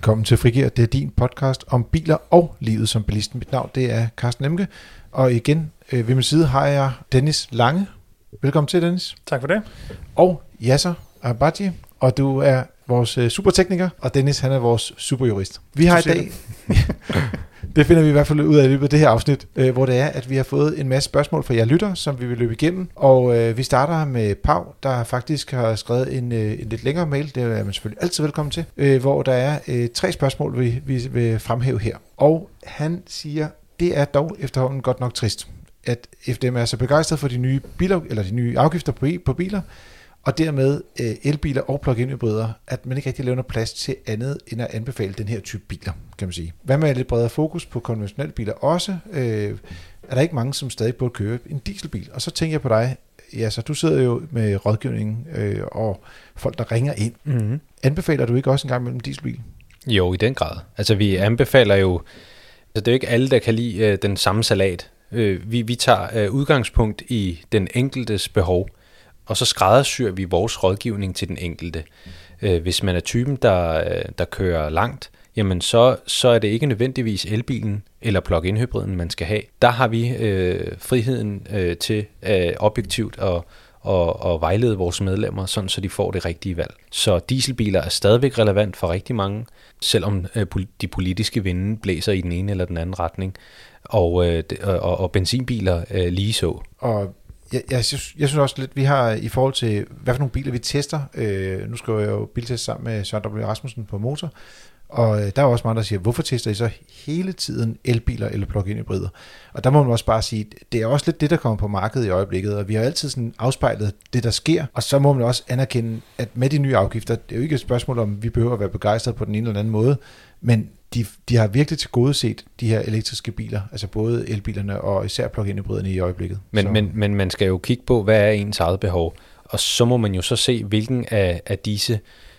Velkommen til Frigir. Det er din podcast om biler og livet som bilist. Mit navn det er Carsten Emke, og igen ved min side har jeg Dennis Lange. Velkommen til, Dennis. Tak for det. Og Yasser Abadji, og du er vores supertekniker, og Dennis han er vores superjurist. Vi har i dag, det finder vi i hvert fald ud af i løbet af det her afsnit, hvor det er, at vi har fået en masse spørgsmål fra jer lytter, som vi vil løbe igennem. Og vi starter med Pau, der faktisk har skrevet en lidt længere mail, det er man selvfølgelig altid velkommen til, hvor der er 3 spørgsmål, vi vil fremhæve her. Og han siger, det er dog efterhånden godt nok trist, at FDM er så begejstret for de nye biler, eller de nye afgifter på biler, og dermed elbiler og plug-in hybrider, at man ikke rigtig laver plads til andet end at anbefale den her type biler, kan man sige. Hvad med lidt bredere fokus på konventionelle biler også? Er der ikke mange, som stadig burde købe en dieselbil? Og så tænker jeg på dig, ja, så du sidder jo med rådgivning og folk, der ringer ind. Mm-hmm. Anbefaler du ikke også en gang mellem dieselbil? Jo, i den grad. Altså vi anbefaler jo, altså det er jo ikke alle, der kan lide den samme salat. Vi tager udgangspunkt i den enkeltes behov, og så skræddersyr vi vores rådgivning til den enkelte. Hvis man er typen, der kører langt, jamen så er det ikke nødvendigvis elbilen eller plug-in hybriden, man skal have. Der har vi friheden til objektivt og vejlede vores medlemmer, sådan så de får det rigtige valg. Så dieselbiler er stadigvæk relevant for rigtig mange, selvom de politiske vinde blæser i den ene eller den anden retning, og benzinbiler lige så. Og jeg synes også lidt, vi har i forhold til, hvad for nogle biler vi tester. Nu skal jeg jo bilteste sammen med Søren W. Rasmussen på motor, og der er også mange, der siger, hvorfor tester I så hele tiden elbiler eller plug-in hybrider? Og der må man også bare sige, det er også lidt det, der kommer på markedet i øjeblikket, og vi har altid sådan afspejlet det, der sker, og så må man også anerkende, at med de nye afgifter, det er jo ikke et spørgsmål om, vi behøver at være begejstrede på den ene eller anden måde, men de har virkelig tilgodeset de her elektriske biler, altså både elbilerne og især plug-in hybriderne i øjeblikket. Men man skal jo kigge på, hvad er ens eget behov, og så må man jo så se, hvilken af disse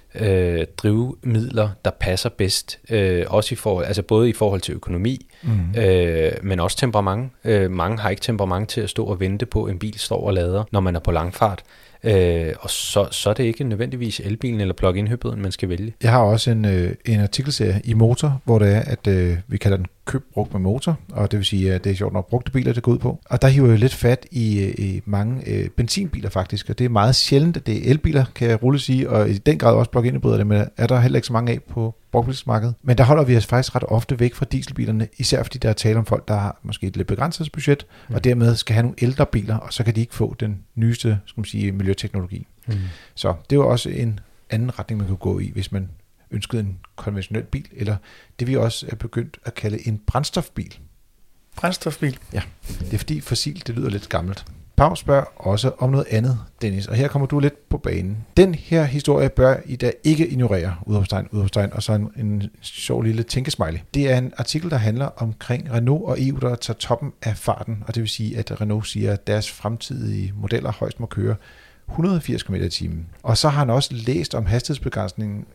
drivmidler, der passer bedst, også altså både i forhold til økonomi, men også temperament. Mange har ikke temperament til at stå og vente på, en bil står og lader, når man er på langfart. Og så er det ikke nødvendigvis elbilen eller plug-in hybriden, man skal vælge. Jeg har også en artikelserie i Motor, hvor det er, at vi kalder den køb brugt med motor, og det vil sige, at det er sjovt nok brugte biler, det går ud på. Og der hiver jo lidt fat i mange benzinbiler faktisk, og det er meget sjældent, at det er elbiler, kan jeg roligt sige, og i den grad også plug-in hybrider, men er der heller ikke så mange af på brugtbilsmarkedet. Men der holder vi os faktisk ret ofte væk fra dieselbilerne, især fordi der er tale om folk, der har måske et lidt begrænset budget, og dermed skal have nogle ældre biler, og så kan de ikke få den nyeste, skal man sige, miljøteknologi. Så det er jo også en anden retning, man kan gå i, hvis man ønskede en konventionel bil, eller det vi også er begyndt at kalde en brændstofbil. Brændstofbil? Ja, det er fordi fossil, det lyder lidt gammelt. Pau spørger også om noget andet, Dennis, og her kommer du lidt på banen. Den her historie bør I da ikke ignorere, udopstegn, og så en sjov lille tænkesmiley. Det er en artikel, der handler omkring Renault og EU, der tager toppen af farten, og det vil sige, at Renault siger, at deres fremtidige modeller højst må køre 180 km/t. Og så har han også læst om hastighedsbegrænsningen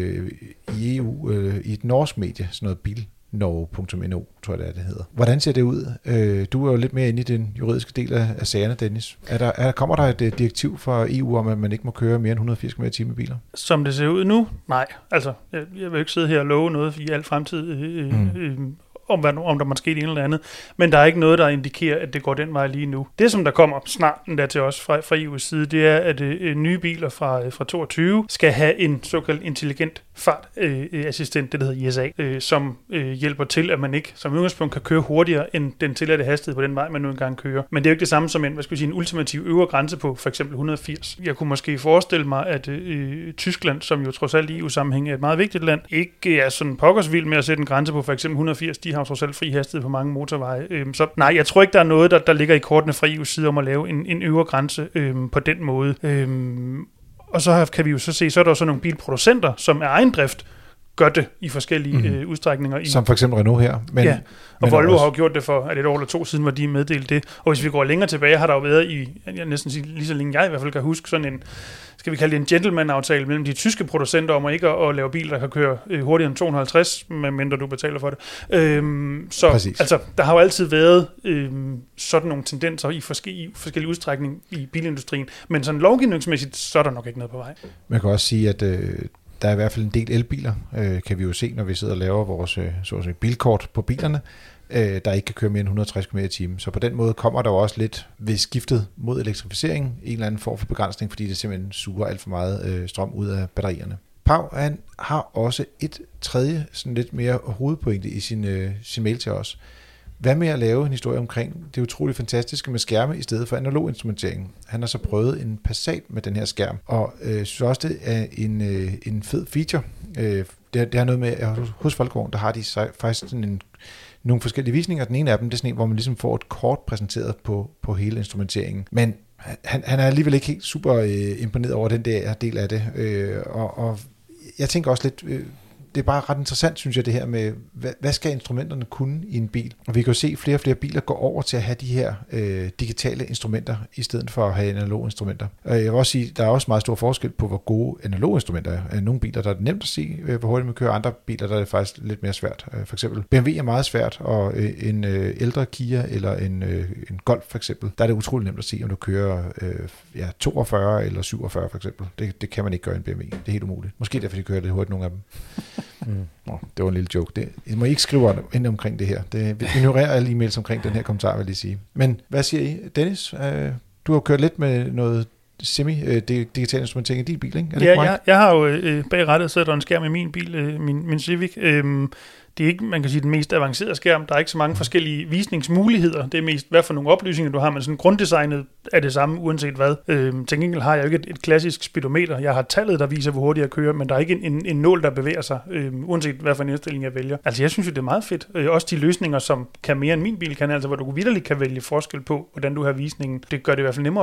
i EU i et norsk medie, sådan noget bilnorge.no, tror jeg det hedder. Hvordan ser det ud? Du er jo lidt mere inde i den juridiske del af sagerne, Dennis. Kommer der et direktiv fra EU om, at man ikke må køre mere end 180 km/t med biler? Som det ser ud nu? Nej. Altså, jeg vil ikke sidde her og love noget i al fremtid om der måske det ene eller andet, men der er ikke noget, der indikerer, at det går den vej lige nu. Det, som der kommer snart endda til os fra EU's side, det er, at nye biler fra 22 skal have en såkaldt intelligent fartassistent, det der hedder ISA, som hjælper til, at man ikke som udgangspunkt kan køre hurtigere end den tilladte hastighed på den vej, man nu engang kører. Men det er jo ikke det samme som en ultimativ øvre grænse på for eksempel 180. Jeg kunne måske forestille mig, at Tyskland, som jo trods alt i EU-sammenhæng er et meget vigtigt land, ikke er sådan pokkersvild med at sætte en grænse på for eksempel 180. De har trods alt fri hastighed på mange motorveje. Så nej, jeg tror ikke, der er noget, der ligger i kortene fra EU's side om at lave en øvre grænse på den måde. Og så kan vi jo så se, så er der også nogle bilproducenter, som er egen drift, gør det i forskellige udstrækninger. Som for eksempel Renault her. Og Volvo har jo gjort det for et år eller 2 siden, hvor de meddelte det. Og hvis vi går længere tilbage, har der jo været jeg næsten sige, lige så længe jeg i hvert fald kan huske, sådan en, skal vi kalde det en gentleman-aftale mellem de tyske producenter om ikke at lave biler, der kan køre hurtigere end 250, medmindre du betaler for det. Så altså, der har jo altid været sådan nogle tendenser i forskellige udstrækning i bilindustrien, men sådan lovgivningsmæssigt, så er der nok ikke noget på vej. Man kan også sige, at Der er i hvert fald en del elbiler, kan vi jo se, når vi sidder og laver vores bilkort på bilerne, der ikke kan køre mere end 160 km i timen. Så på den måde kommer der jo også lidt ved skiftet mod elektrificering en eller anden form for begrænsning, fordi det simpelthen suger alt for meget strøm ud af batterierne. Pau, han har også et tredje, sådan lidt mere hovedpointe i sin mail til os. Hvad med at lave en historie omkring det utroligt fantastiske med skærme i stedet for analog instrumentering? Han har så prøvet en Passat med den her skærm, og synes også, det er en fed feature. Det har noget med, at hos Folkevogn, der har de faktisk sådan nogle forskellige visninger. Den ene af dem, det er sådan en, hvor man ligesom får et kort præsenteret på hele instrumenteringen. Men han er alligevel ikke helt super imponeret over den der del af det. Og jeg tænker også lidt... Det er bare ret interessant, synes jeg, det her med, hvad skal instrumenterne kunne i en bil? Og vi kan jo se, at flere og flere biler går over til at have de her digitale instrumenter, i stedet for at have analoge instrumenter. Jeg vil også sige, at der er også meget stor forskel på, hvor gode analoge instrumenter er. Nogle biler, der er det nemt at se, hvor hurtigt man kører. Andre biler, der er det faktisk lidt mere svært. For eksempel BMW er meget svært, og en ældre Kia eller en Golf for eksempel, der er det utroligt nemt at se, om du kører 42 eller 47 for eksempel. Det kan man ikke gøre i en BMW. Det er helt umuligt. Måske derfor, de kører lidt hurtigt, nogle af dem. Det var en lille joke. I må ikke skrive ind omkring det her. Vi ignorerer alle e-mails omkring den her kommentar, vil jeg lige sige. Men hvad siger I? Dennis, du har kørt lidt med noget digital instrumentering i din bil, ikke? Jeg har jo bag rattet, så er der en skærm i min bil, min Civic. Det er ikke, man kan sige, den mest avancerede skærm. Der er ikke så mange forskellige visningsmuligheder. Det er mest, hvad for nogle oplysninger du har, men sådan grunddesignet er det samme, uanset hvad. Til gengæld har jeg jo ikke et klassisk speedometer. Jeg har tallet, der viser, hvor hurtigt jeg kører, men der er ikke en nål, der bevæger sig, uanset hvad for en indstilling jeg vælger. Altså, jeg synes jo, det er meget fedt. Også de løsninger, som kan mere end min bil kan, altså hvor du vitterligt kan vælge forskel på, hvordan du har visningen. Det gør det i hvert fald nemmere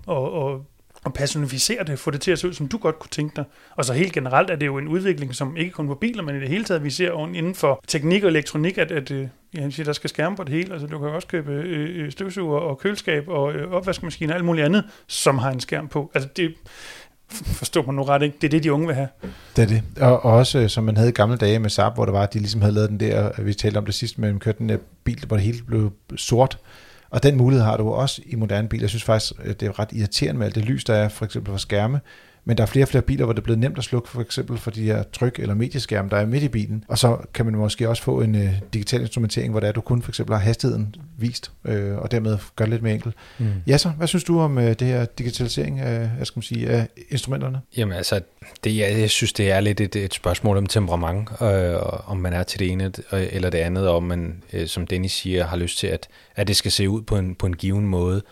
og personificere det, få det til at se ud, som du godt kunne tænke dig. Og så helt generelt er det jo en udvikling, som ikke kun på biler, men i det hele taget, vi ser inden for teknik og elektronik, at der skal skærme på det hele. Altså, du kan også købe støvsuger og køleskab og opvaskemaskiner og alt muligt andet, som har en skærm på. Altså, det forstår man nu ret, ikke? Det er det, de unge vil have. Det er det. Og også, som man havde i gamle dage med Saab, hvor det var, at de ligesom havde lavet den der, vi talte om det sidste, men kørte den der bil, hvor det hele blev sort. Og den mulighed har du også i moderne biler. Jeg synes faktisk, det er ret irriterende med alt det lys, der er for eksempel for skærme. Men der er flere og flere biler, hvor det er blevet nemt at slukke, for eksempel for de her tryk- eller medieskærme, der er midt i bilen. Og så kan man måske også få en digital instrumentering, hvor det er, du kun for eksempel har hastigheden vist, og dermed gør det lidt mere enkelt. Ja, så hvad synes du om det her digitalisering af instrumenterne? Jamen altså, jeg synes, det er lidt et spørgsmål om temperament, om man er til det ene eller det andet, og om man, som Dennis siger, har lyst til, at det skal se ud på en given måde.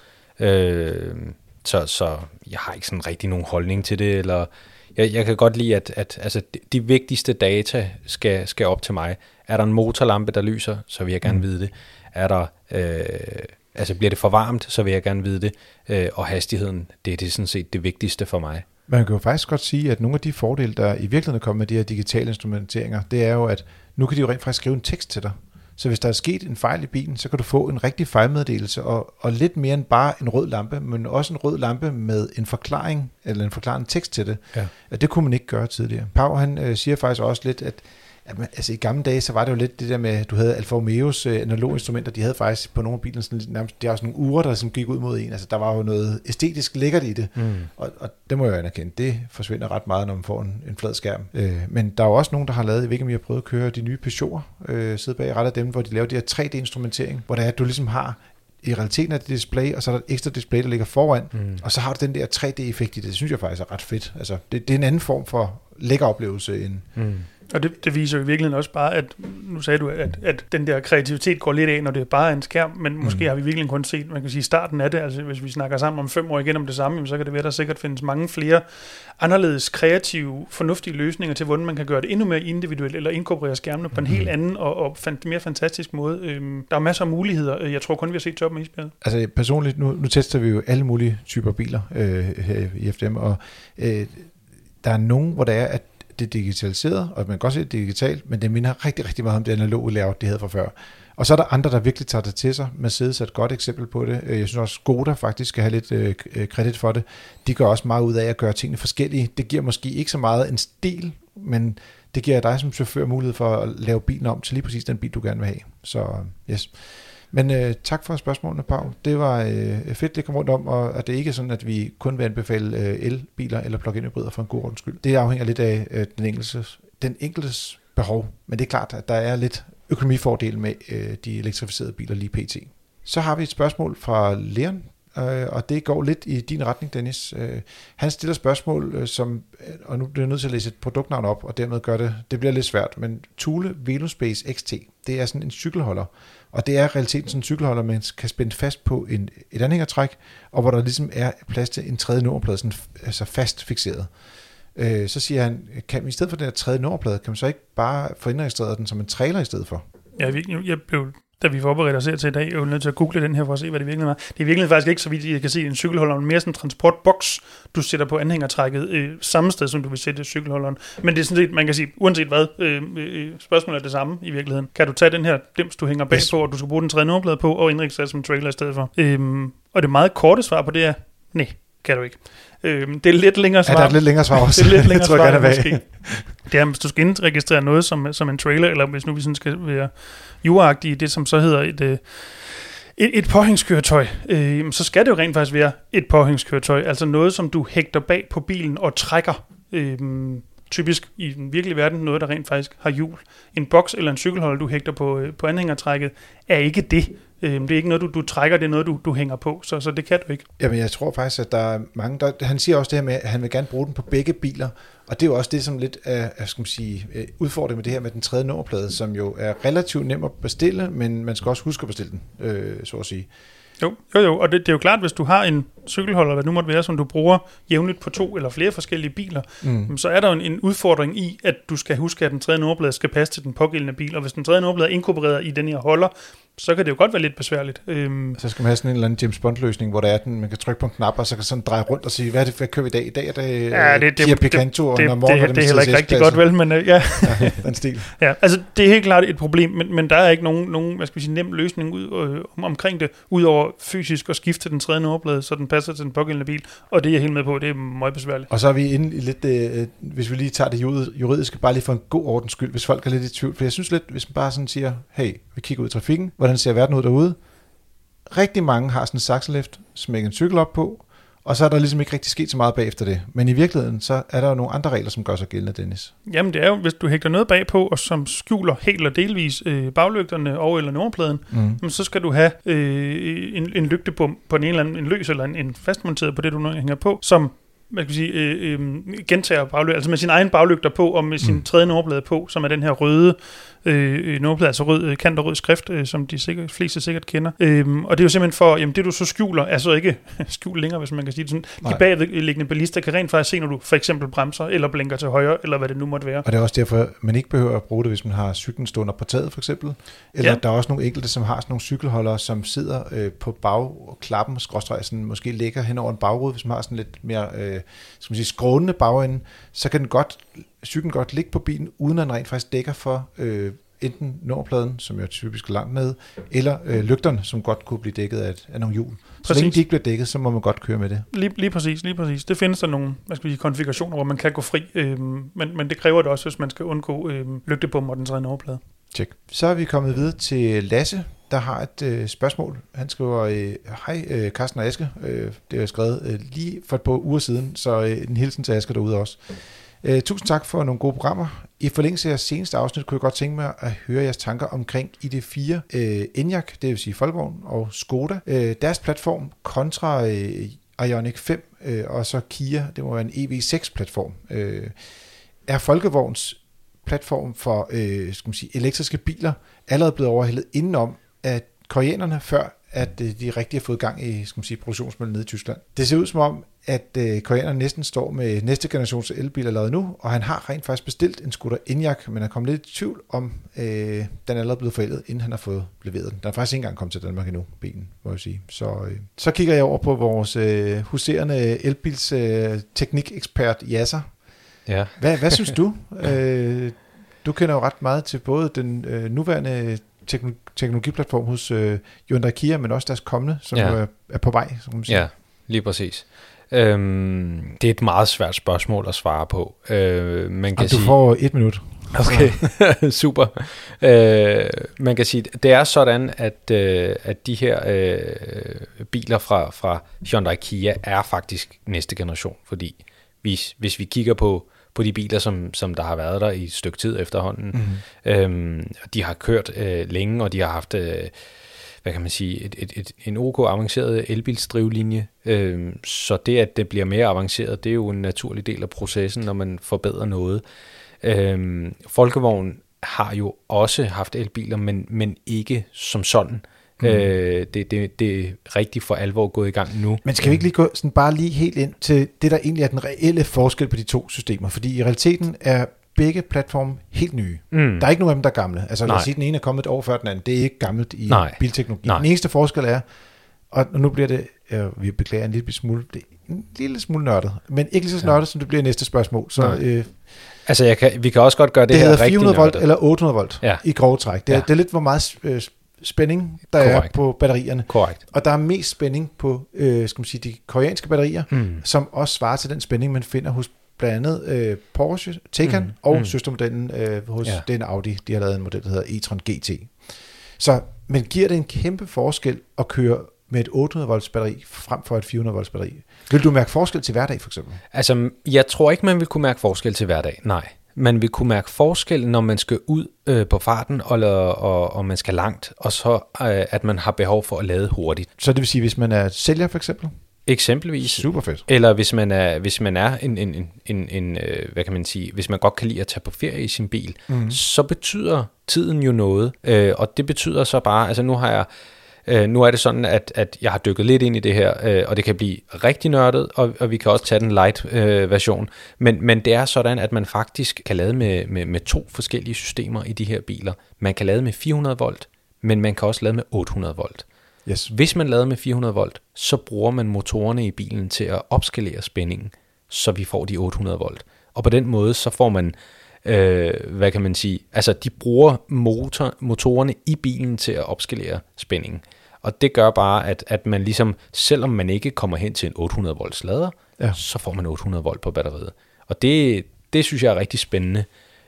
Så jeg har ikke sådan rigtig nogen holdning til det, eller jeg kan godt lide, at altså, de vigtigste data skal op til mig. Er der en motorlampe, der lyser, så vil jeg gerne vide det. Er der, bliver det for varmt, så vil jeg gerne vide det. Og hastigheden, det er sådan set det vigtigste for mig. Man kan jo faktisk godt sige, at nogle af de fordele, der i virkeligheden er kommet med de her digitale instrumenteringer, det er jo, at nu kan de jo rent faktisk skrive en tekst til dig. Så hvis der er sket en fejl i bilen, så kan du få en rigtig fejlmeddelelse, og lidt mere end bare en rød lampe, men også en rød lampe med en forklaring, eller en forklarende tekst til det. Ja. Det kunne man ikke gøre tidligere. Pau, han siger faktisk også lidt, at altså i gamle dage, så var det jo lidt det der med, at du havde Alfa Romeos analoge instrumenter, de havde faktisk på nogle af bilerne sådan nærmest, de har sådan nogle uger, der sådan gik ud mod en. Altså der var jo noget æstetisk lækkert i det, og det må jeg jo anerkende. Det forsvinder ret meget, når man får en flad skærm. Men der er jo også nogen, der har lavet, jeg ved ikke om I har prøvet at køre de nye Peugeot'er, sidde bag ret af dem, hvor de laver de her 3D-instrumentering, hvor det er, at du ligesom har i realiteten af det display, og så er der et ekstra display, der ligger foran, og så har du den der 3D-effekt i det. Det synes jeg faktisk er ret fedt. Altså det er en anden form for lækker oplevelse end... Og det viser jo i virkeligheden også bare, at nu sagde du, at den der kreativitet går lidt af, når det bare er en skærm, men måske har vi virkelig kun set, man kan sige, starten af det. Altså hvis vi snakker sammen om 5 år igen om det samme, så kan det være, der sikkert findes mange flere anderledes kreative, fornuftige løsninger til, hvordan man kan gøre det endnu mere individuelt, eller inkorporere skærmene på en helt anden og mere fantastisk måde. Der er masser af muligheder. Jeg tror kun, vi har set toppen af isbjerget. Altså personligt, nu tester vi jo alle mulige typer biler her i FDM, og der er nogen, hvor der er, at det er digitaliseret, og man kan godt se, det er digitalt, men det minder rigtig, rigtig meget om det analoge layout, de havde fra før. Og så er der andre, der virkelig tager det til sig. Mercedes er et godt eksempel på det. Jeg synes også, Skoda faktisk skal have lidt kredit for det. De gør også meget ud af at gøre tingene forskellige. Det giver måske ikke så meget en stil, men det giver dig som chauffør mulighed for at lave bilen om til lige præcis den bil, du gerne vil have. Så yes. Men tak for spørgsmålene, Pau. Det var fedt, det kom rundt om, og at det ikke er sådan, at vi kun vil anbefale elbiler eller plug-in hybrider for en god ordens skyld. Det afhænger lidt af den enkeltes behov, men det er klart, at der er lidt økonomifordel med de elektrificerede biler lige pt. Så har vi et spørgsmål fra Leon, og det går lidt i din retning, Dennis. Han stiller spørgsmål, og nu bliver jeg nødt til at læse et produktnavn op, og dermed gør det bliver lidt svært, men Thule Velospace XT, det er sådan en cykelholder, og det er i realiteten sådan en cykelholder, man kan spænde fast på et anhængertræk, og hvor der ligesom er plads til en tredje nummerplade, sådan, altså fast fikseret. Så siger han, kan vi i stedet for den her tredje nummerplade, kan man så ikke bare få indregistreret den som en trailer i stedet for? Ja, jeg blev, da vi forberedte os her til i dag, jeg var nødt til at google den her for at se, hvad det virkelig var. Det er virkelig faktisk ikke, så vidt jeg kan se, en cykelholder, men mere sådan en transportboks, du sætter på anhængertrækket samme sted, som du vil sætte cykelholderen. Men det er sådan set, man kan sige, uanset hvad, spørgsmålet er det samme i virkeligheden. Kan du tage den her dims, du hænger bag på, og du skal bruge den tredje nummerplade på, og indregistrere som en trailer i stedet for? Og det meget korte svar på det er, nej, kan du ikke. Det er lidt længere svar. Ja, der er et lidt længere svar også. Det er lidt længere svar, jeg måske. Det er, hvis du skal indregistrere noget som en trailer, eller hvis nu vi sådan skal være juraagtige, det som så hedder et påhængskøretøj, så skal det jo rent faktisk være et påhængskøretøj, altså noget, som du hægter bag på bilen og trækker. Typisk i den virkelige verden noget, der rent faktisk har hjul. En boks eller en cykelholder, du hægter på anhængertrækket, er ikke det. Det er ikke noget, du trækker, det er noget, du hænger på, så det kan du ikke. Jamen, jeg tror faktisk, at der er mange, han siger også det her med, at han vil gerne bruge den på begge biler, og det er jo også det, som lidt er skal man sige, udfordring med det her med den tredje nummerplade, som jo er relativt nem at bestille, men man skal også huske at bestille den, så at sige. Jo, og det er jo klart, hvis du har en cykelholder, hvad nu måtte være, som du bruger jævnligt på 2 eller flere forskellige biler, så er der jo en udfordring i, at du skal huske, at den tredje nummerplade skal passe til den pågældende bil, og hvis den tredje nummerplade er inkorporeret i den her holder, så kan det jo godt være lidt besværligt. Så skal man have sådan en eller anden James Bond-løsning, hvor der er den, man kan trykke på en knap, og så kan sådan dreje rundt og sige, hvad kører vi i dag? I dag er det Kia Picanto, og når morgen det er heller ikke rigtig godt, vel, men ja. Den stil. Ja, altså det er helt klart et problem, men der er ikke nogen hvad skal vi sige, nem løsning omkring det, udover fysisk at skifte den tredje nummerplade, så den passer til den pågældende bil, og det er jeg helt med på, det er meget besværligt. Og så er vi inde i lidt, hvis vi lige tager det juridiske, bare lige for en god ordens skyld, hvis folk er lidt i tvivl, for jeg synes lidt, hvis man bare sådan siger, hey, vi kigger ud i trafikken, hvordan ser verden ud derude? Rigtig mange har sådan en sakselift, smækker en cykel op på, og så er der ligesom ikke rigtig sket så meget bagefter det. Men i virkeligheden, så er der jo nogle andre regler, som gør sig gældende, Dennis. Jamen det er jo, hvis du hægter noget bagpå, og som skjuler helt eller delvis baglygterne og eller nummerpladen, så skal du have en lygtebom på den ene eller anden, en løs eller en fastmonteret på det, du hænger på, som man kan sige, gentager baglygter, altså med sin egen baglygter på, og med sin tredje nummerplade på, som er den her røde nummerplade, altså rød kant og rød skrift, som de fleste sikkert kender. Og det er jo simpelthen for, jamen det du så skjuler, er så ikke skjult længere, hvis man kan sige det sådan. De bagvedliggende bilister kan rent faktisk se, når du for eksempel bremser, eller blinker til højre, eller hvad det nu måtte være. Og det er også derfor, man ikke behøver at bruge det, hvis man har cyklen stående på taget, for eksempel. Eller der er også nogle enkelte, som har sådan nogle cykelholdere, som sidder på bagklappen, skråstreg, sådan måske ligger hen over en bagrude, hvis man har sådan lidt mere skal man sige, skrånende bagende, så kan cyklen godt ligge på bilen, uden at den rent faktisk dækker for enten nummerpladen, som er typisk langt nede, eller lygterne, som godt kunne blive dækket af nogle hjul. Så længe de ikke bliver dækket, så må man godt køre med det. Lige præcis. Det findes der nogle konfigurationer, hvor man kan gå fri, men det kræver det også, hvis man skal undgå lygtebomber og den tredje nummerplade. Check. Så er vi kommet videre til Lasse, der har et spørgsmål. Han skriver, hej Carsten og Aske, det er skrevet lige for et par uger siden, så en hilsen til Aske derude også. Tusind tak for nogle gode programmer. I forlængelse af jeres seneste afsnit kunne jeg godt tænke mig at høre jeres tanker omkring ID4, Enyaq, det vil sige Folkevogn, og Skoda. Deres platform kontra Ioniq 5 og så Kia, det må være en EV6-platform. Er Folkevogns platform for skal man sige, elektriske biler allerede blevet overhældet indenom af koreanerne, før at de rigtig har fået gang i skal man sige, produktionsmøllen nede i Tyskland. Det ser ud som om, at koreanerne næsten står med næste generations elbiler allerede nu, og han har rent faktisk bestilt en Skoda Enyaq, men er kommet lidt i tvivl om, den er allerede blevet forældet, inden han har fået leveret den. Den er faktisk ikke engang kommet til Danmark endnu, bilen, må jeg sige. Så kigger jeg over på vores huserende elbils teknikekspert Yasser. Ja. Hvad synes du? Du kender jo ret meget til både den nuværende teknologiplatform hos Hyundai Kia, men også deres kommende, som jo er på vej, som man siger. Ja, lige præcis. Det er et meget svært spørgsmål at svare på. Man kan du får 1 minut. Okay, super. Man kan sige, det er sådan, at de her biler fra Hyundai Kia er faktisk næste generation, fordi hvis vi kigger på de biler, som der har været der i et stykke tid efterhånden, de har kørt længe, og de har haft, hvad kan man sige, en OK avanceret elbilsdrivlinje, så det, at det bliver mere avanceret, det er jo en naturlig del af processen, når man forbedrer noget. Folkevogn har jo også haft elbiler, men ikke som sådan. Det er rigtig for alvor gået i gang nu. Men skal vi ikke lige gå sådan bare lige helt ind til det, der egentlig er den reelle forskel på de to systemer? Fordi i realiteten er begge platforme helt nye. Der er ikke nogen af dem, der er gamle. Altså lad os sige, den ene er kommet et år før den anden. Det er ikke gammelt i bilteknologi. Den eneste forskel er, og nu bliver det, vi beklager en lille smule nørdet, men ikke lige så nørdet, som det bliver i næste spørgsmål. Så, altså vi kan også godt gøre det her hedder 400 volt eller 800 volt i grove træk. Det er lidt, hvor meget spænding der er på batterierne. Korrekt. Og der er mest spænding på skal man sige, de koreanske batterier, som også svarer til den spænding, man finder hos blandt andet Porsche Taycan og søstermodellen hos den Audi. De har lavet en model, der hedder e-tron GT. Så, men giver det en kæmpe forskel at køre med et 800 volts batteri frem for et 400 volts batteri? Vil du mærke forskel til hverdag, for eksempel? Altså, jeg tror ikke, man vil kunne mærke forskel til hverdag. Nej. Man vil kunne mærke forskel, når man skal ud på farten, og man skal langt, og så at man har behov for at lade hurtigt. Så det vil sige, hvis man er sælger, for eksempel? Eksempelvis. Super fedt. Eller hvis man er en hvad kan man sige, hvis man godt kan lide at tage på ferie i sin bil, så betyder tiden jo noget, og det betyder så bare, altså nu er det sådan, at jeg har dykket lidt ind i det her, og det kan blive rigtig nørdet, og vi kan også tage den light version, men det er sådan, at man faktisk kan lade med to forskellige systemer i de her biler. Man kan lade med 400 volt, men man kan også lade med 800 volt. Yes. Hvis man lader med 400 volt, så bruger man motorerne i bilen til at opskalere spændingen, så vi får de 800 volt. Og på den måde, så får man, hvad kan man sige, altså de bruger motorerne i bilen til at opskalere spændingen. Og det gør bare, at man ligesom, selvom man ikke kommer hen til en 800 volts lader, så får man 800 volt på batteriet. Og det synes jeg er rigtig spændende.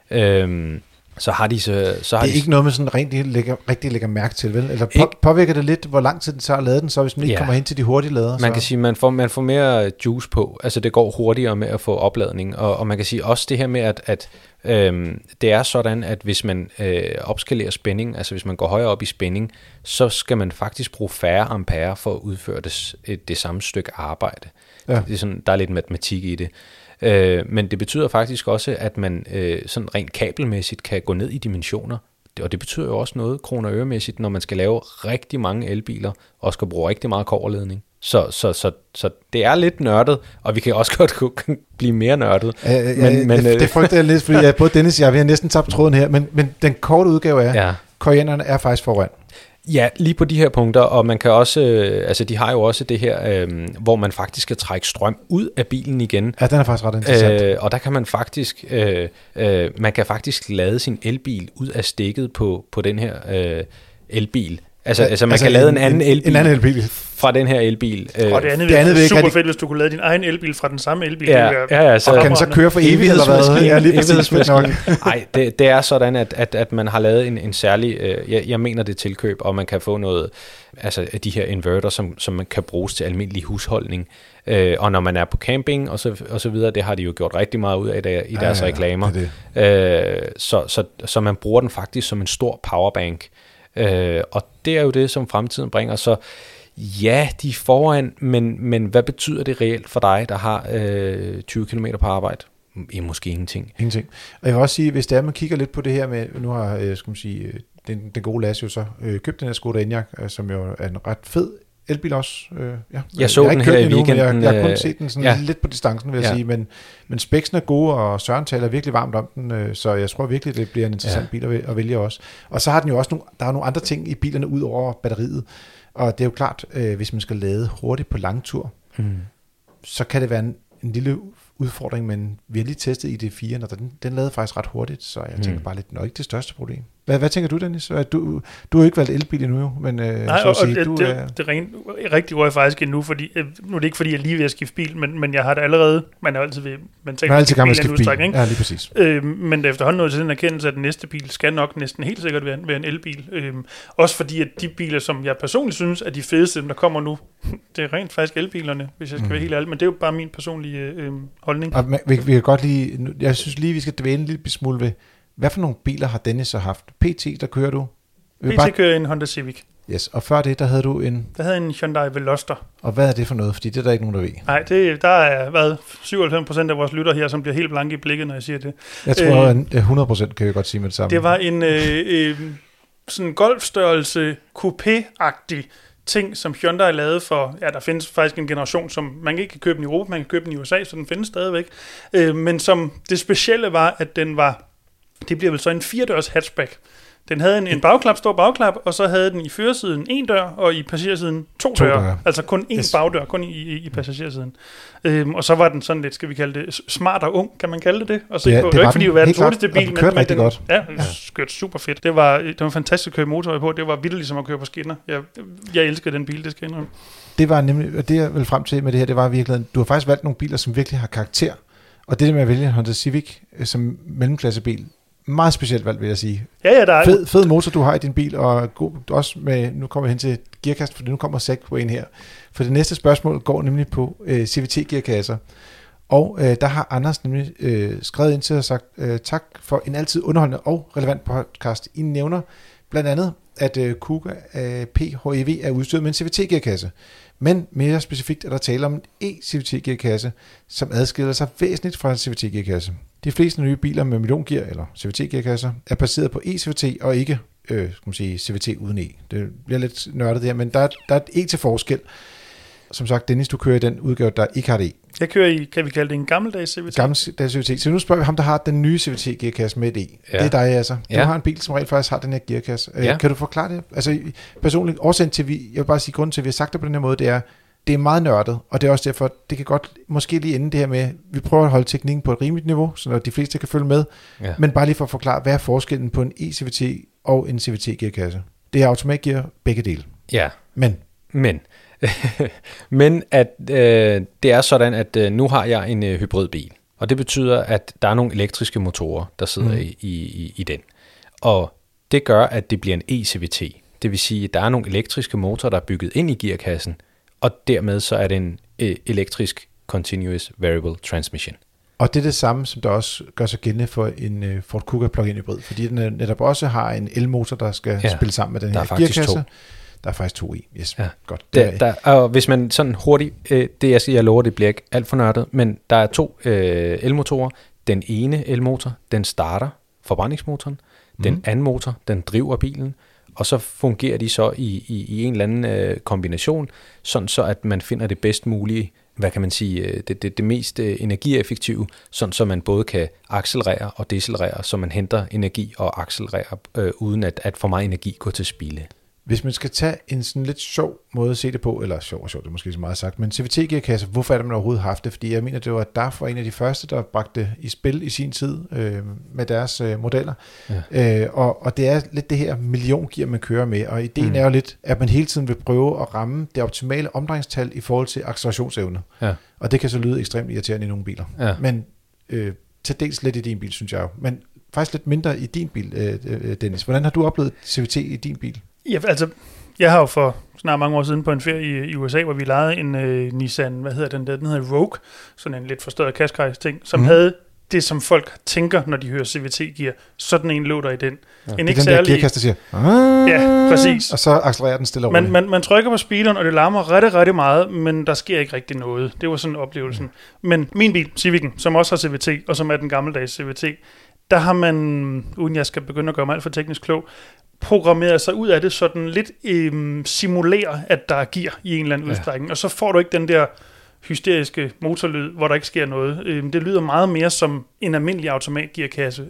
Så har de det er ikke noget, man sådan rigtig lægger mærke til, vel? Eller påvirker det lidt, hvor lang tid den så har lavet den, så hvis man ikke kommer hen til de hurtige lader? Man kan sige, man får mere juice på. Altså det går hurtigere med at få opladning. Og man kan sige også det her med, at det er sådan, at hvis man opskalerer spænding, altså hvis man går højere op i spænding, så skal man faktisk bruge færre ampere for at udføre det samme stykke arbejde. Ja. Det er sådan, der er lidt matematik i det. Men det betyder faktisk også, at man sådan rent kabelmæssigt kan gå ned i dimensioner. Og det betyder jo også noget kroner og øremæssigt, når man skal lave rigtig mange elbiler og skal bruge rigtig meget kobberledning. Så det er lidt nørdet, og vi kan også godt blive mere nørdet. Det frygter jeg lidt, fordi både Dennis og jeg, vi har næsten tabt tråden her, men den korte udgave er, koreanerne er faktisk foran. Ja, lige på de her punkter, og man kan også, altså de har jo også det her, hvor man faktisk skal trække strøm ud af bilen igen. Ja, den er faktisk ret interessant. Og der kan man faktisk, lade sin elbil ud af stikket på den her elbil. Altså man kan lade en anden elbil fra den her elbil. Og det andet vil super fedt, hvis du kunne lade din egen elbil fra den samme elbil. Så kan den så køre for evigt eller hvad? Nej, det er sådan, at man har lavet en særlig, jeg mener det tilkøb, og man kan få noget, altså de her inverter, som man kan bruges til almindelig husholdning. Og når man er på camping og så videre, det har de jo gjort rigtig meget ud af i deres reklamer. Så man bruger den faktisk som en stor powerbank. Og det er jo det, som fremtiden bringer. Så ja, de er foran, men hvad betyder det reelt for dig, der har 20 km på arbejde? Måske ingenting. Ingenting. Og jeg vil også sige, hvis det er, man kigger lidt på det her med, nu har skal man sige, den gode Lasse jo så købt den her Skoda Enyaq, som jo er en ret fed elbil også. Jeg så den her i weekenden. Jeg har kun set den sådan lidt på distancen, vil jeg sige, men specsene er gode, og Søren taler virkelig varmt om den, så jeg tror virkelig, det bliver en interessant bil at vælge også. Og så har den jo også der er nogle andre ting i bilerne ud over batteriet, og det er jo klart, hvis man skal lade hurtigt på langtur, så kan det være en lille udfordring, men vi har lige testet ID4, og den lavede faktisk ret hurtigt, så jeg tænker bare lidt, nok ikke det største problem. Hvad tænker du, Dennis? Du har jo ikke valgt elbil endnu, jo, men nej, så at sige, det rigtige ord er faktisk endnu, fordi nu er det ikke fordi, jeg lige er ved at skifte bil, men jeg har det allerede, man er altid ved mentalt at skifte bil. Ikke? Ja, lige præcis. Men efterhånden nået til den erkendelse, at den næste bil skal nok næsten helt sikkert være en elbil. Også fordi, at de biler, som jeg personligt synes er de fedeste, der kommer nu, det er rent faktisk elbilerne, hvis jeg skal være helt ærlig, men det er jo bare min personlige holdning. Og vi kan godt lige, jeg synes lige, vi skal dvæle en lille smule ved, hvad for nogle biler har Dennis så haft? PT, der kører du? Kører en Honda Civic. Yes, og før det, der havde du en... Der havde en Hyundai Veloster. Og hvad er det for noget? Fordi det er der ikke nogen, der ved. Nej, der er 97% af vores lytter her, som bliver helt blanke i blikket, når jeg siger det. Jeg tror, 100% kan jeg godt sige med det samme. Det var en sådan golfstørrelse coupé-agtig ting, som Hyundai lavede for... Ja, der findes faktisk en generation, som man ikke kan købe den i Europa, man kan købe den i USA, så den findes stadigvæk. Men som det specielle var, at den var... Det bliver vel så en 4-dørs hatchback. Den havde en bagklap, stor bagklap, og så havde den i førersiden 1 dør, og i passagersiden 2 døre. Altså kun én bagdør, kun i passagersiden. Og så var den sådan lidt, skal vi kalde det, smart og ung, kan man kalde det? Og så det var ikke fordi det var den hurtigste bil, men den rigtig godt. Ja, skørt super fedt. Det var fantastisk at køre motor på. Det var vildt ligesom at køre på skinner. Jeg elskede den bil, det skal jeg indrømme. Det var nemlig, og det jeg vil frem til med det her, det var virkelig, du har faktisk valgt nogle biler, som virkelig har karakter. Og det med at vælge en Honda Civic som mellemklassebil, meget specielt valgt, vil jeg sige. Ja, der er fed motor, du har i din bil, og god, også med, nu kommer jeg hen til gearkasse, for nu kommer Segwayen her. For det næste spørgsmål går nemlig på CVT-gearkasser. Og der har Anders nemlig skrevet ind til og sagt, tak for en altid underholdende og relevant podcast. I nævner blandt andet, at Kuga PHEV er udstyret med en CVT-gearkasse. Men mere specifikt er der tale om en e-CVT-gearkasse, som adskiller sig væsentligt fra en CVT-gearkasse. De fleste nye biler med milliongear eller CVT-gearkasser er baseret på e-CVT og ikke CVT uden e. Det bliver lidt nørdet her, men der er et e til forskel. Som sagt, Dennis, du kører i den udgave, der ikke har det e. Jeg kører i, kan vi kalde det en gammeldags CVT? Gammeldags CVT. Så nu spørger vi ham, der har den nye CVT-gearkasse med et e. Ja. Det er dig, altså. Du har en bil, som rent faktisk har den her gearkasse. Ja. Kan du forklare det? Altså, personligt, årsagen til, jeg vil bare sige, grunden til, at vi har sagt det på den her måde, det er meget nørdet, og det er også derfor, det kan godt måske lige ende det her med, vi prøver at holde teknikken på et rimeligt niveau, så de fleste kan følge med, men bare lige for at forklare, hvad er forskellen på en e-CVT og en CVT-gearkasse? Det er automatgear begge dele. Ja. Men at det er sådan, at nu har jeg en hybridbil, og det betyder, at der er nogle elektriske motorer, der sidder i den. Og det gør, at det bliver en e-CVT. Det vil sige, at der er nogle elektriske motorer, der er bygget ind i gearkassen, og dermed så er det en elektrisk Continuous Variable Transmission. Og det er det samme, som der også gør sig gældende for en Ford Kuga plug-in hybrid, fordi den netop også har en elmotor, der skal spille sammen med den her gearkasse. Der er faktisk 2 i. Yes, godt. Og hvis man sådan hurtigt, jeg lover, det bliver ikke alt for nørdet, men der er 2 elmotorer. Den ene elmotor, den starter forbrændingsmotoren. Den anden motor, den driver bilen. Og så fungerer de så i en eller anden kombination, sådan så at man finder det bedst mulige, hvad kan man sige, det mest energieffektive, sådan så man både kan accelerere og decelerere, så man henter energi og accelererer, uden at for meget energi går til spilde. Hvis man skal tage en sådan lidt sjov måde at se det på, eller sjov, det er måske så meget sagt, men CVT-gearkasse, hvorfor er det, man overhovedet haft det? Fordi jeg mener, det var DAF var en af de første, der bragte det i spil i sin tid med deres modeller. Ja. Og det er lidt det her milliongear, man kører med, og ideen er jo lidt, at man hele tiden vil prøve at ramme det optimale omdrejningstal i forhold til accelerationsevne. Ja. Og det kan så lyde ekstremt irriterende i nogle biler. Ja. Men til dels lidt i din bil, synes jeg jo. Men faktisk lidt mindre i din bil, Dennis. Hvordan har du oplevet CVT i din bil? Ja, altså, jeg har jo for snart mange år siden på en ferie i USA, hvor vi lejede en Nissan, hvad hedder den der? Den hedder Rogue, sådan en lidt forstørret Qashqai-ting, som havde det, som folk tænker, når de hører CVT-gear. Sådan en lå der i den. Ja, en ikke særlig... gearkasse, der siger... Ja, præcis. Og så accelererer den stille og roligt. Man trykker på speederen, og det larmer rigtig meget, men der sker ikke rigtig noget. Det var sådan oplevelsen. Men min bil, Civic'en, som også har CVT, og som er den gammeldags CVT, der har man, uden jeg skal begynde at gøre mig alt for teknisk klog, programmeret sig ud af det, sådan lidt simulere, at der er gear i en eller anden udstrækning, og så får du ikke den der hysteriske motorlyd, hvor der ikke sker noget. Det lyder meget mere som en almindelig automatgearkasse.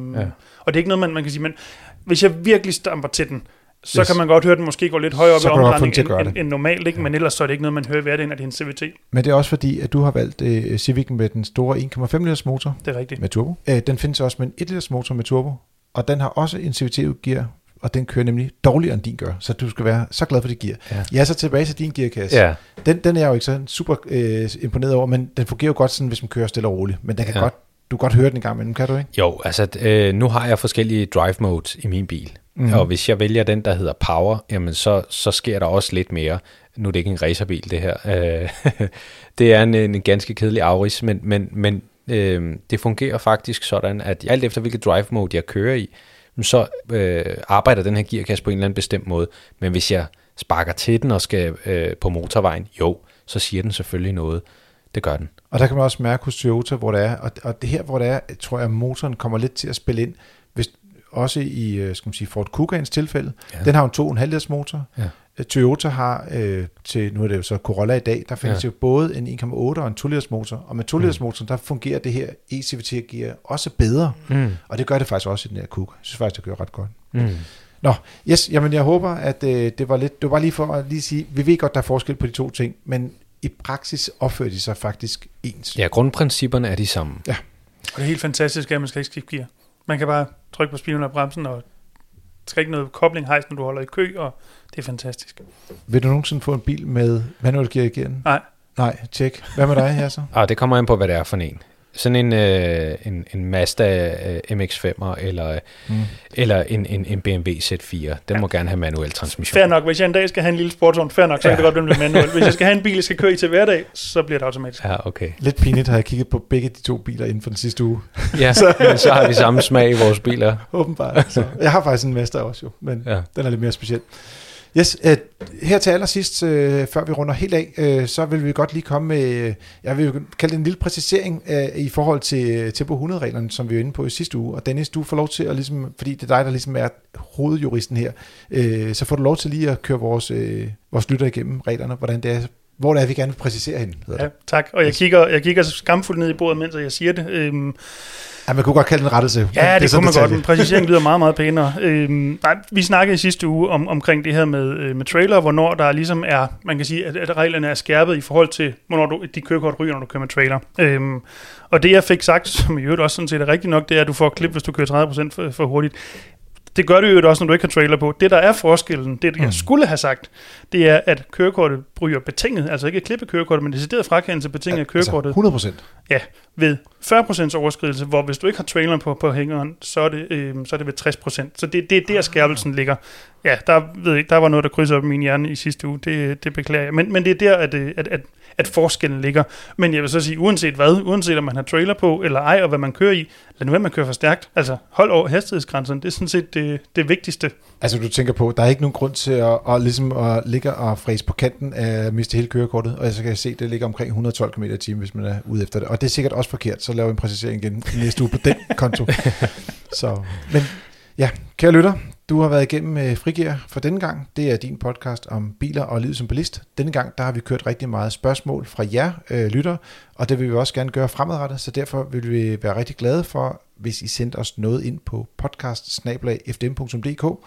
Og det er ikke noget, man kan sige, men hvis jeg virkelig stamper til den, så kan man godt høre, at den måske går lidt højere op i omdrejning end normalt, ikke? Men ellers så er det ikke noget, man hører i hverdagen, at det er en CVT. Men det er også fordi, at du har valgt Civic'en med den store 1,5 liters motor. Det er rigtigt. Med turbo. Den findes også med en 1 liters motor med turbo. og den har også en CVT-gear, og den kører nemlig dårligere end din gør, så du skal være så glad for det gear. Ja, så tilbage til din gearkasse. Ja. Den er jeg jo ikke så super imponeret over, men den fungerer jo godt sådan, hvis man kører stille og roligt, men den kan godt, du kan godt høre den en gang imellem, kan du ikke? Jo, altså nu har jeg forskellige drive modes i min bil, og hvis jeg vælger den, der hedder Power, jamen så sker der også lidt mere. Nu er det ikke en racerbil, det her. Det er en ganske kedelig Auris, men det fungerer faktisk sådan, at alt efter hvilket drive mode jeg kører i, så arbejder den her gearkasse på en eller anden bestemt måde. Men hvis jeg sparker til den og skal på motorvejen, så siger den selvfølgelig noget. Det gør den. Og der kan man også mærke hos Toyota, hvor det er, og det her, hvor det er, tror jeg, at motoren kommer lidt til at spille ind, hvis også i, skal man sige, Ford Kuga's tilfælde. Ja. Den har en 2,5 liters motor. Ja. Toyota har nu er det jo så Corolla i dag, der findes jo både en 1,8 og en 2 liters motor, og med 2 liters motoren, der fungerer det her e-CVT-gear også bedre, og det gør det faktisk også i den her Kuga. Jeg synes faktisk, det gør ret godt. Nå, yes, jamen jeg håber, at det var bare lige for at lige sige, vi ved godt, der er forskel på de to ting, men i praksis opfører de sig faktisk ens. Ja, grundprincipperne er de samme. Ja. Og det er helt fantastisk, at man skal ikke skifte gear. Man kan bare trykke på speederen og bremsen, og der skal ikke noget kobling hejs, når du holder i kø, og det er fantastisk. Vil du nogensinde få en bil med manuel gear igen? Nej, tjek. Hvad med dig her så? Det kommer an på, hvad det er for en. Sådan en Mazda MX-5'er eller en BMW Z4. Den må gerne have manuel transmission. Fair nok, hvis jeg en dag skal have en lille sportsvogn, så kan det godt blive manuel. Hvis jeg skal have en bil, jeg skal køre i til hverdag, så bliver det automatisk. Ja, okay. Lidt pinligt har jeg kigget på begge de to biler inden for den sidste uge. Ja, så har vi samme smag i vores biler. Åbenbart. Så. Jeg har faktisk en Mazda også jo, men den er lidt mere speciel. Yes, her til allersidst, før vi runder helt af, så vil vi godt lige komme med, jeg vil kalde det en lille præcisering i forhold til Tempo 100-reglerne, som vi var inde på i sidste uge. Og Dennis, du får lov til at ligesom, fordi det er dig, der ligesom er hovedjuristen her, så får du lov til lige at køre vores lytter igennem reglerne, hvordan det er, hvor det er, vi gerne vil præcisere hende. Ja, tak. Og jeg kigger skamfuldt ned i bordet, mens jeg siger det. Ja, man kunne godt kalde det en rettelse. Ja, det kunne man godt, men præciseringen lyder meget, meget pænere. Vi snakkede i sidste uge omkring det her med trailer, hvornår der ligesom er, man kan sige, at reglerne er skærpet i forhold til, hvornår de kørekort ryger, når du kører med trailer. Og det jeg fik sagt, som i øvrigt også sådan set er rigtigt nok, det er, at du får klip, hvis du kører 30% for hurtigt. Det gør det jo også, når du ikke har trailer på. Det, der er forskellen, det jeg skulle have sagt, det er, at kørekortet ryger betinget, altså ikke klip af kørekortet, men decideret frakendelse betinget af kørekortet. Altså 100%? Ja, ved 40% overskridelse, hvor hvis du ikke har traileren på hængeren, så er det ved 60%. Så det er der skærpelsen ligger. Ja, der var noget, der krydser op i min hjerne i sidste uge. Det beklager jeg. Men det er der, at forskellen ligger. Men jeg vil så sige, uanset om man har trailer på, eller ej, og hvad man kører i, lad nu være med at køre for stærkt. Altså, hold over hastighedsgrænsen. Det er sådan set det vigtigste. Altså, du tænker på, der er ikke nogen grund til at ligge og fræse på kanten af at miste hele kørekortet, og så kan jeg se, at det ligger omkring 112 km/t, hvis man er ude efter det. Og det er sikkert også forkert, så laver vi en præcisering igen i næste uge på den konto. Så, men ja, kære lytter, du har været igennem Frigir for denne gang. Det er din podcast om biler og livet som bilist. Denne gang, der har vi kørt rigtig meget spørgsmål fra jer lyttere, og det vil vi også gerne gøre fremadrettet, så derfor vil vi være rigtig glade for, hvis I sender os noget ind på podcast@fdm.dk.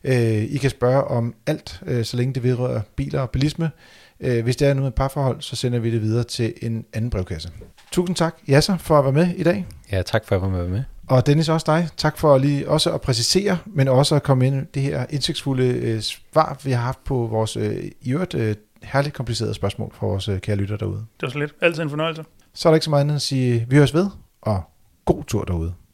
I kan spørge om alt, så længe det vedrører biler og bilisme. Hvis det er noget med parforhold, så sender vi det videre til en anden brevkasse. Tusind tak, Yasser, for at være med i dag. Ja, tak for at være med. Og Dennis, også dig. Tak for lige også at præcisere, men også at komme ind det her indsigtsfulde svar, vi har haft på vores i øvrigt herligt komplicerede spørgsmål fra vores kære lytter derude. Det var så lidt. Altid en fornøjelse. Så er der ikke så meget andet at sige, vi høres ved, og god tur derude.